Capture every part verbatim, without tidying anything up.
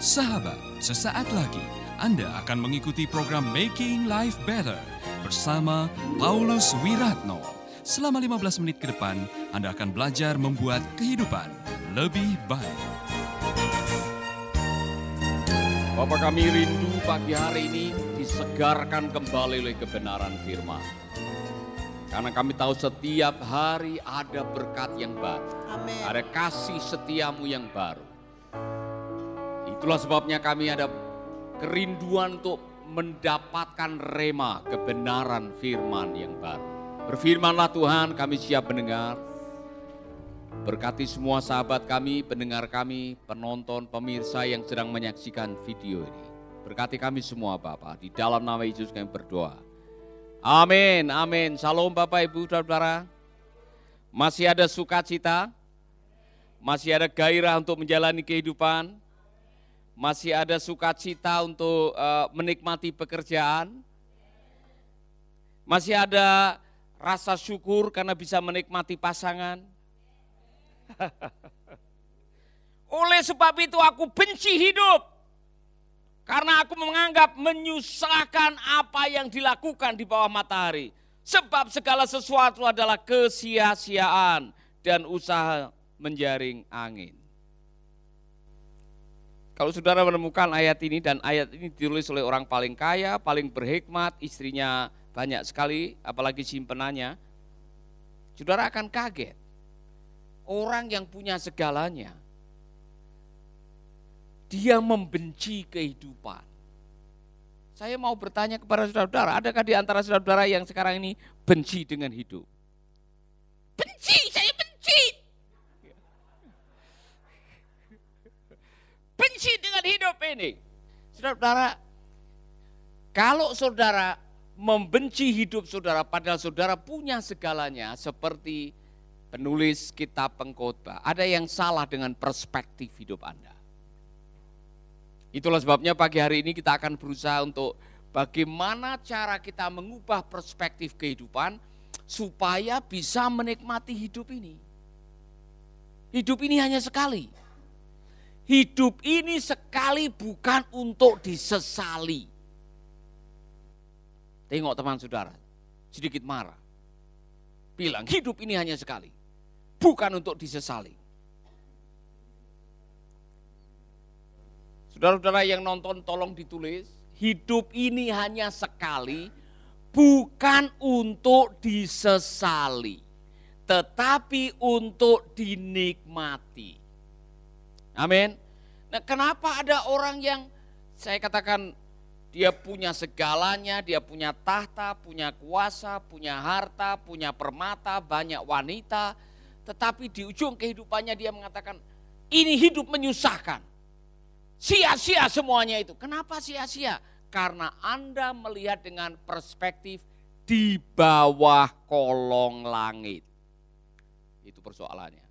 Sahabat, sesaat lagi Anda akan mengikuti program Making Life Better bersama Paulus Wiratno. Selama lima belas menit ke depan, Anda akan belajar membuat kehidupan lebih baik. Bapak, kami rindu pagi hari ini disegarkan kembali oleh kebenaran firman. Karena kami tahu setiap hari ada berkat yang baru. Amin. Ada kasih setiamu yang baru. Itulah sebabnya kami ada kerinduan untuk mendapatkan rema kebenaran firman yang baru. Berfirmanlah Tuhan, kami siap mendengar. Berkati semua sahabat kami, pendengar kami, penonton, pemirsa yang sedang menyaksikan video ini. Berkati kami semua Bapa, di dalam nama Yesus kami berdoa. Amin, amin. Salam Bapak Ibu Saudara. Masih ada sukacita, masih ada gairah untuk menjalani kehidupan, masih ada sukacita untuk uh, menikmati pekerjaan, masih ada rasa syukur karena bisa menikmati pasangan. Oleh sebab itu aku benci hidup, karena aku menganggap menyusahkan apa yang dilakukan di bawah matahari. Sebab segala sesuatu adalah kesia-siaan dan usaha menjaring angin. Kalau saudara menemukan ayat ini, dan ayat ini ditulis oleh orang paling kaya, paling berhikmat, istrinya banyak sekali, apalagi simpenannya, saudara akan kaget. Orang yang punya segalanya, dia membenci kehidupan. Saya mau bertanya kepada saudara, adakah di antara saudara yang sekarang ini benci dengan hidup? Benci, saya benci. Benci dengan hidup ini. Saudara, kalau saudara membenci hidup saudara, padahal saudara punya segalanya, seperti penulis kitab Pengkhotbah, ada yang salah dengan perspektif hidup Anda. Itulah sebabnya pagi hari ini kita akan berusaha untuk bagaimana cara kita mengubah perspektif kehidupan supaya bisa menikmati hidup ini. Hidup ini hanya sekali. Hidup ini sekali, bukan untuk disesali. Tengok teman saudara, sedikit marah. Bilang hidup ini hanya sekali, bukan untuk disesali. Saudara-saudara yang nonton tolong ditulis, hidup ini hanya sekali, bukan untuk disesali, tetapi untuk dinikmati. Amin. Nah, kenapa ada orang yang saya katakan dia punya segalanya, dia punya tahta, punya kuasa, punya harta, punya permata, banyak wanita, tetapi di ujung kehidupannya dia mengatakan ini hidup menyusahkan. Sia-sia semuanya itu. Kenapa sia-sia? Karena Anda melihat dengan perspektif di bawah kolong langit. Itu persoalannya.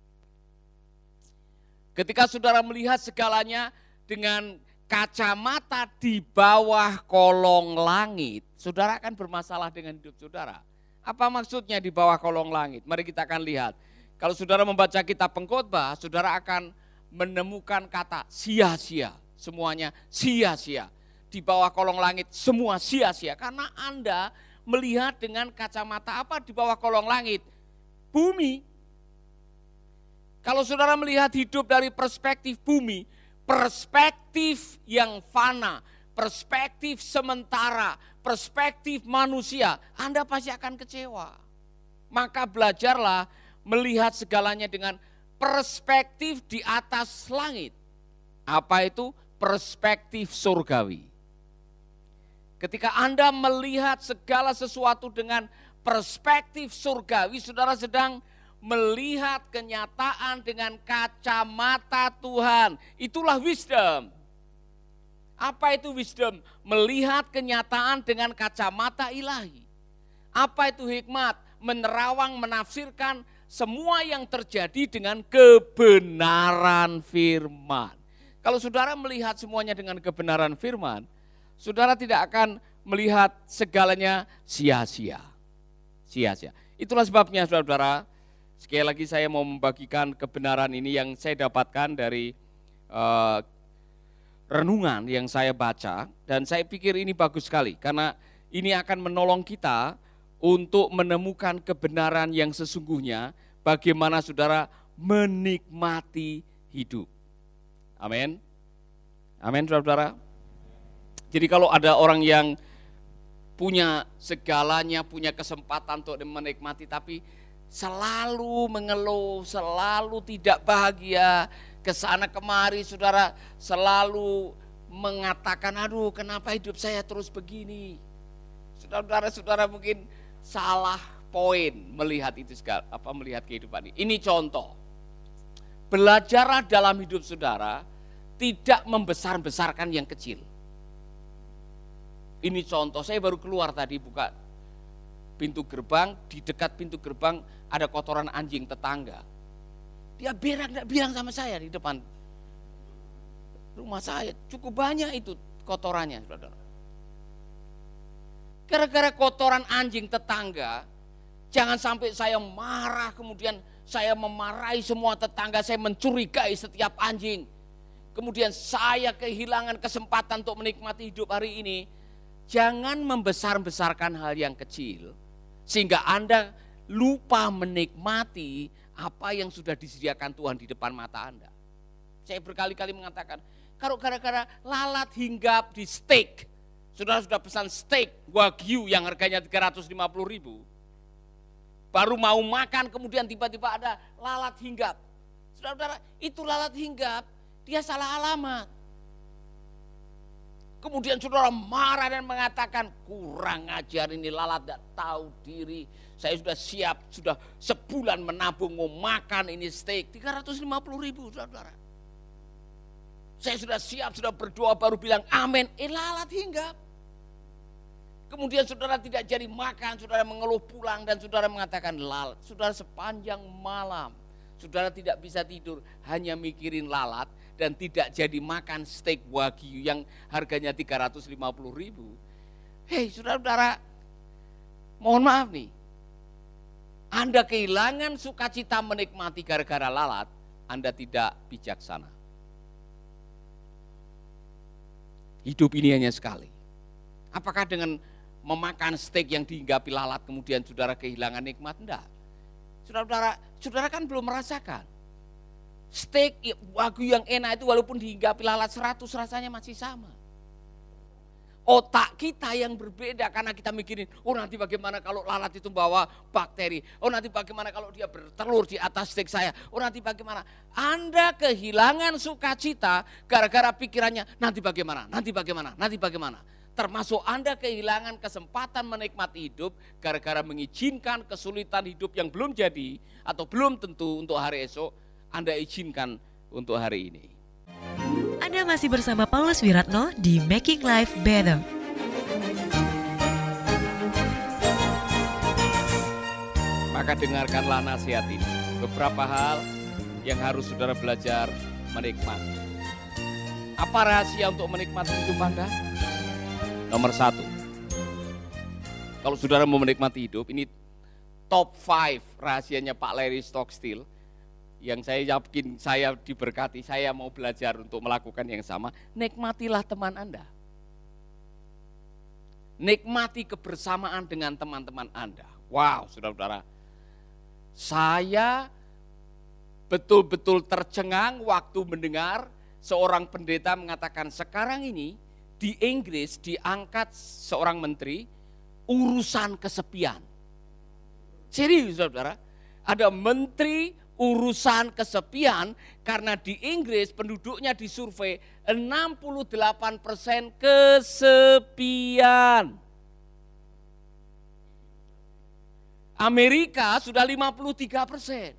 Ketika saudara melihat segalanya dengan kacamata di bawah kolong langit, saudara akan bermasalah dengan hidup saudara. Apa maksudnya di bawah kolong langit? Mari kita akan lihat. Kalau saudara membaca kitab Pengkhotbah, saudara akan menemukan kata sia-sia. Semuanya sia-sia. Di bawah kolong langit semua sia-sia. Karena Anda melihat dengan kacamata apa di bawah kolong langit? Bumi. Kalau saudara melihat hidup dari perspektif bumi, perspektif yang fana, perspektif sementara, perspektif manusia, Anda pasti akan kecewa. Maka belajarlah melihat segalanya dengan perspektif di atas langit. Apa itu? Perspektif surgawi. Ketika Anda melihat segala sesuatu dengan perspektif surgawi, saudara sedang melihat kenyataan dengan kacamata Tuhan. Itulah wisdom. Apa itu wisdom? Melihat kenyataan dengan kacamata ilahi. Apa itu hikmat? Menerawang, menafsirkan semua yang terjadi dengan kebenaran firman. Kalau saudara melihat semuanya dengan kebenaran firman, saudara tidak akan melihat segalanya sia-sia. Sia-sia. Itulah sebabnya saudara-saudara, sekali lagi saya mau membagikan kebenaran ini yang saya dapatkan dari uh, renungan yang saya baca dan saya pikir ini bagus sekali karena ini akan menolong kita untuk menemukan kebenaran yang sesungguhnya bagaimana saudara menikmati hidup. Amin. Amin saudara. Jadi kalau ada orang yang punya segalanya, punya kesempatan untuk menikmati tapi selalu mengeluh, selalu tidak bahagia, kesana kemari saudara selalu mengatakan, aduh kenapa hidup saya terus begini. Saudara-saudara mungkin salah poin melihat itu segala, apa melihat kehidupan ini. Ini contoh, belajarlah dalam hidup saudara tidak membesar-besarkan yang kecil. Ini contoh, saya baru keluar tadi buka pintu gerbang, di dekat pintu gerbang ada kotoran anjing tetangga. Dia berak, tidak bilang sama saya di depan rumah saya, cukup banyak itu kotorannya, saudara. Gara-gara kotoran anjing tetangga, jangan sampai saya marah, kemudian saya memarahi semua tetangga, saya mencurigai setiap anjing. Kemudian saya kehilangan kesempatan untuk menikmati hidup hari ini. Jangan membesar-besarkan hal yang kecil, sehingga Anda lupa menikmati apa yang sudah disediakan Tuhan di depan mata Anda. Saya berkali-kali mengatakan, kalau gara-gara lalat hinggap di steak, saudara sudah pesan steak Wagyu yang harganya tiga ratus lima puluh ribu, baru mau makan kemudian tiba-tiba ada lalat hinggap. Saudara-saudara, itu lalat hinggap, dia salah alamat. Kemudian saudara marah dan mengatakan, kurang ajar ini lalat, tidak tahu diri. Saya sudah siap, sudah sebulan menabung mau makan ini steak, tiga ratus lima puluh ribu saudara. Saya sudah siap, sudah berdoa baru bilang amin, eh lalat hinggap. Kemudian saudara tidak jadi makan, saudara mengeluh pulang dan saudara mengatakan lalat. Saudara sepanjang malam, saudara tidak bisa tidur, hanya mikirin lalat. Dan tidak jadi makan steak Wagyu yang harganya tiga ratus lima puluh ribu. Hei saudara-saudara, mohon maaf nih, Anda kehilangan sukacita menikmati gara-gara lalat, Anda tidak bijaksana. Hidup ini hanya sekali. Apakah dengan memakan steak yang dihinggapi lalat kemudian saudara kehilangan nikmat? Enggak. Saudara-saudara, saudara kan belum merasakan. Steak Wagyu yang enak itu walaupun dihinggapi lalat seratus rasanya masih sama. Otak kita yang berbeda karena kita mikirin, oh nanti bagaimana kalau lalat itu bawa bakteri, oh nanti bagaimana kalau dia bertelur di atas steak saya, oh nanti bagaimana. Anda kehilangan sukacita gara-gara pikirannya nanti bagaimana, nanti bagaimana, nanti bagaimana. Termasuk Anda kehilangan kesempatan menikmati hidup gara-gara mengizinkan kesulitan hidup yang belum jadi atau belum tentu untuk hari esok, Anda izinkan untuk hari ini. Anda masih bersama Paulus Wiratno di Making Life Better. Maka dengarkanlah nasihat ini. Beberapa hal yang harus saudara belajar menikmati. Apa rahasia untuk menikmati hidup Anda? Nomor satu. Kalau saudara mau menikmati hidup, ini top lima rahasianya Pak Larry Stockstill. Yang saya yakin saya diberkati, saya mau belajar untuk melakukan yang sama. Nikmatilah teman Anda. Nikmati kebersamaan dengan teman-teman Anda. Wow, saudara-saudara. Saya betul-betul tercengang waktu mendengar seorang pendeta mengatakan sekarang ini di Inggris diangkat seorang menteri urusan kesepian. Serius saudara, ada menteri urusan kesepian karena di Inggris penduduknya disurvei enam puluh delapan persen kesepian. Amerika sudah lima puluh tiga persen.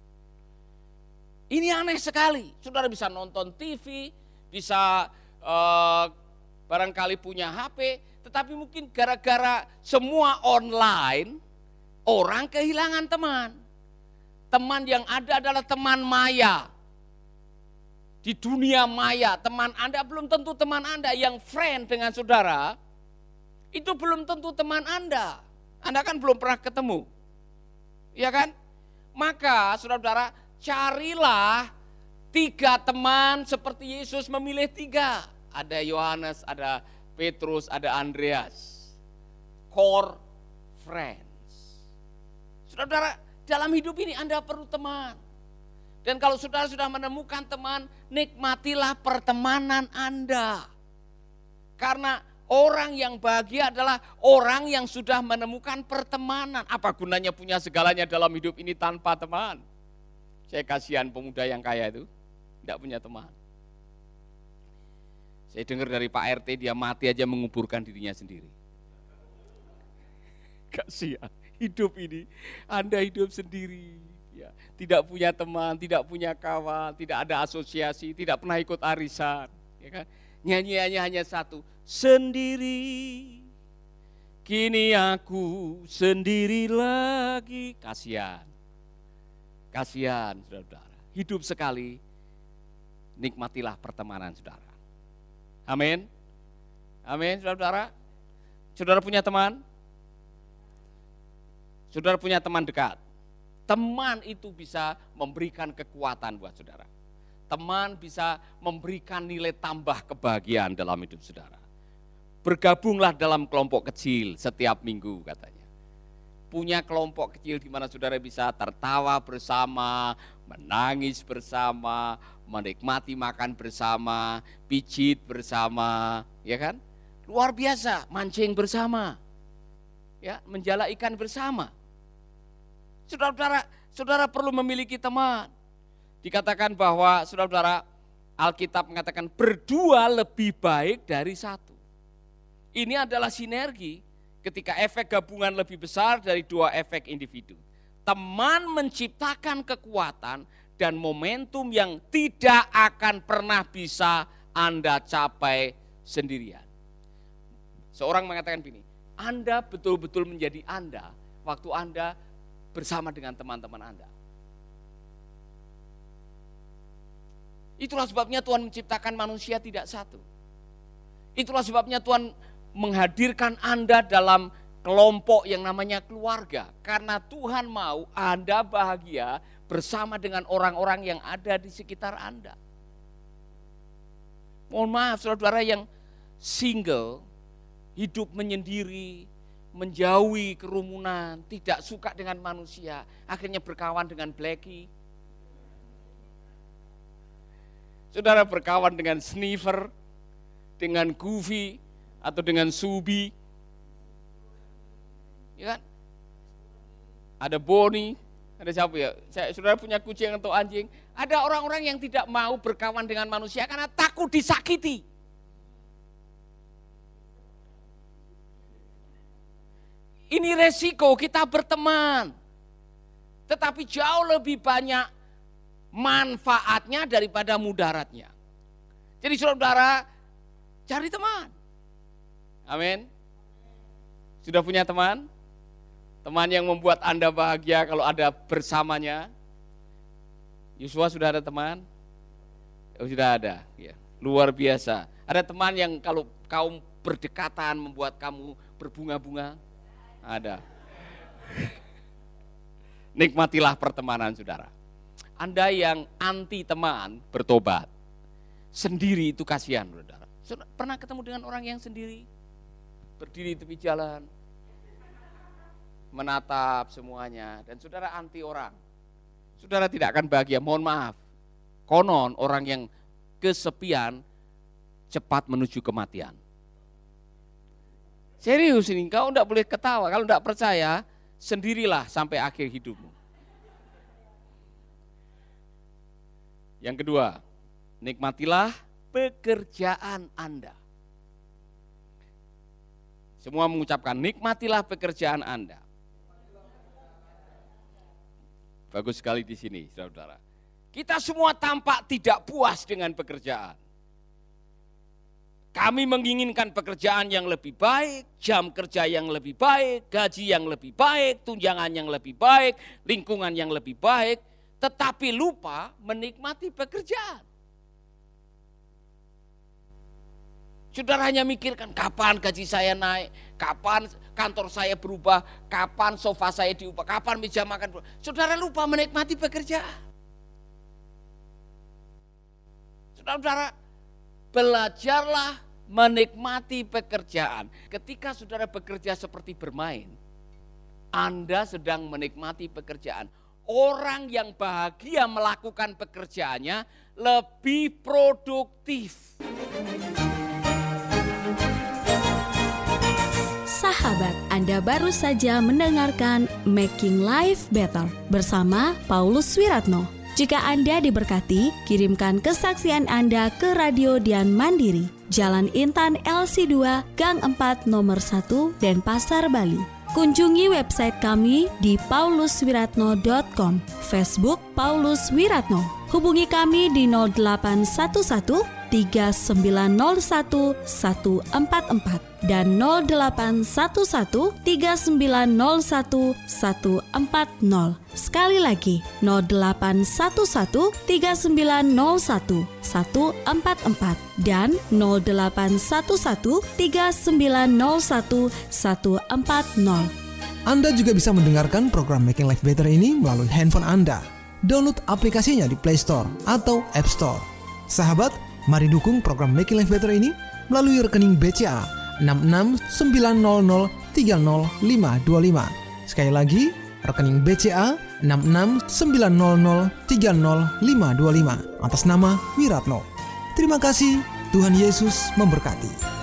Ini aneh sekali. Saudara bisa nonton T V, bisa uh, barangkali punya H P, tetapi mungkin gara-gara semua online, orang kehilangan teman. Teman yang ada adalah teman maya. Di dunia maya, teman Anda belum tentu teman Anda. Yang friend dengan saudara, itu belum tentu teman Anda. Anda kan belum pernah ketemu. Iya kan? Maka saudara-saudara, carilah Tiga teman seperti Yesus memilih tiga. Ada Yohanes, ada Petrus, ada Andreas. Core friends. Saudara-saudara, dalam hidup ini Anda perlu teman. Dan kalau saudara sudah menemukan teman, nikmatilah pertemanan Anda. Karena orang yang bahagia adalah orang yang sudah menemukan pertemanan. Apa gunanya punya segalanya dalam hidup ini tanpa teman? Saya kasihan pemuda yang kaya itu, tidak punya teman. Saya dengar dari Pak R T, dia mati aja menguburkan dirinya sendiri. Kasihan, hidup ini, Anda hidup sendiri. Ya, tidak punya teman, tidak punya kawan, tidak ada asosiasi, tidak pernah ikut arisan. Ya kan? Nyanyiannya hanya satu, sendiri, kini aku sendiri lagi. Kasihan, kasihan saudara-saudara. Hidup sekali, nikmatilah pertemanan saudara. Amin, amin saudara-saudara. Saudara punya teman? Saudara punya teman dekat? Teman itu bisa memberikan kekuatan buat saudara. Teman bisa memberikan nilai tambah kebahagiaan dalam hidup saudara. Bergabunglah dalam kelompok kecil setiap minggu katanya. Punya kelompok kecil di mana saudara bisa tertawa bersama, menangis bersama, menikmati makan bersama, pijit bersama, ya kan? Luar biasa, mancing bersama, ya, menjala ikan bersama. Saudara-saudara, saudara perlu memiliki teman. Dikatakan bahwa, saudara-saudara, Alkitab mengatakan berdua lebih baik dari satu. Ini adalah sinergi ketika efek gabungan lebih besar dari dua efek individu. Teman menciptakan kekuatan dan momentum yang tidak akan pernah bisa Anda capai sendirian. Seorang mengatakan begini, Anda betul-betul menjadi Anda waktu Anda bersama dengan teman-teman Anda. Itulah sebabnya Tuhan menciptakan manusia tidak satu. Itulah sebabnya Tuhan menghadirkan Anda dalam kelompok yang namanya keluarga. Karena Tuhan mau Anda bahagia bersama dengan orang-orang yang ada di sekitar Anda. Mohon maaf saudara-saudara yang single, hidup menyendiri, menjauhi kerumunan, tidak suka dengan manusia, akhirnya berkawan dengan Blackie. Saudara berkawan dengan Sniffer, dengan Goofy, atau dengan Subi. Ya kan? Ada Bonnie, ada siapa ya? Saya, saudara punya kucing atau anjing. Ada orang-orang yang tidak mau berkawan dengan manusia karena takut disakiti. Ini resiko kita berteman. Tetapi jauh lebih banyak manfaatnya daripada mudaratnya. Jadi saudara, cari teman. Amin. Sudah punya teman? Teman yang membuat Anda bahagia kalau ada bersamanya. Yosua sudah ada teman? Oh, sudah ada. Ya, luar biasa. Ada teman yang kalau kaum berdekatan membuat kamu berbunga-bunga? Ada. Nikmatilah pertemanan saudara. Anda yang anti teman bertobat. Sendiri itu kasihan saudara. Saudara pernah ketemu dengan orang yang sendiri? Berdiri di tepi jalan, menatap semuanya, dan saudara anti orang. Saudara tidak akan bahagia, mohon maaf. Konon orang yang kesepian cepat menuju kematian. Serius ini, kau tidak boleh ketawa, kalau tidak percaya, sendirilah sampai akhir hidupmu. Yang kedua, nikmatilah pekerjaan Anda. Semua mengucapkan nikmatilah pekerjaan Anda. Bagus sekali di sini, saudara-saudara. Kita semua tampak tidak puas dengan pekerjaan. Kami menginginkan pekerjaan yang lebih baik, jam kerja yang lebih baik, gaji yang lebih baik, tunjangan yang lebih baik, lingkungan yang lebih baik, tetapi lupa menikmati pekerjaan. Saudara hanya mikirkan kapan gaji saya naik, kapan kantor saya berubah, kapan sofa saya diubah, kapan meja makan berubah. Saudara lupa menikmati pekerjaan. Saudara, belajarlah menikmati pekerjaan. Ketika saudara bekerja seperti bermain, Anda sedang menikmati pekerjaan. Orang yang bahagia melakukan pekerjaannya lebih produktif. Sahabat, Anda baru saja mendengarkan Making Life Better bersama Paulus Wiratno. Jika Anda diberkati, kirimkan kesaksian Anda ke Radio Dian Mandiri, Jalan Intan L C dua, Gang empat, Nomor satu, Denpasar, Bali. Kunjungi website kami di pauluswiratno dot com, Facebook Paulus Wiratno. Hubungi kami di nol delapan satu satu tiga sembilan nol satu satu empat empat dan nol delapan satu satu tiga sembilan nol satu satu empat nol. Sekali lagi, nol delapan satu satu tiga sembilan nol satu satu empat empat dan nol delapan satu satu tiga sembilan nol satu satu empat nol. Anda juga bisa mendengarkan program Making Life Better ini melalui handphone Anda. Download aplikasinya di Play Store atau App Store. Sahabat, mari dukung program Making Life Better ini melalui rekening B C A enam enam sembilan nol nol tiga nol lima dua lima. Sekali lagi, rekening B C A enam enam sembilan nol nol tiga nol lima dua lima atas nama Wiratno. Terima kasih, Tuhan Yesus memberkati.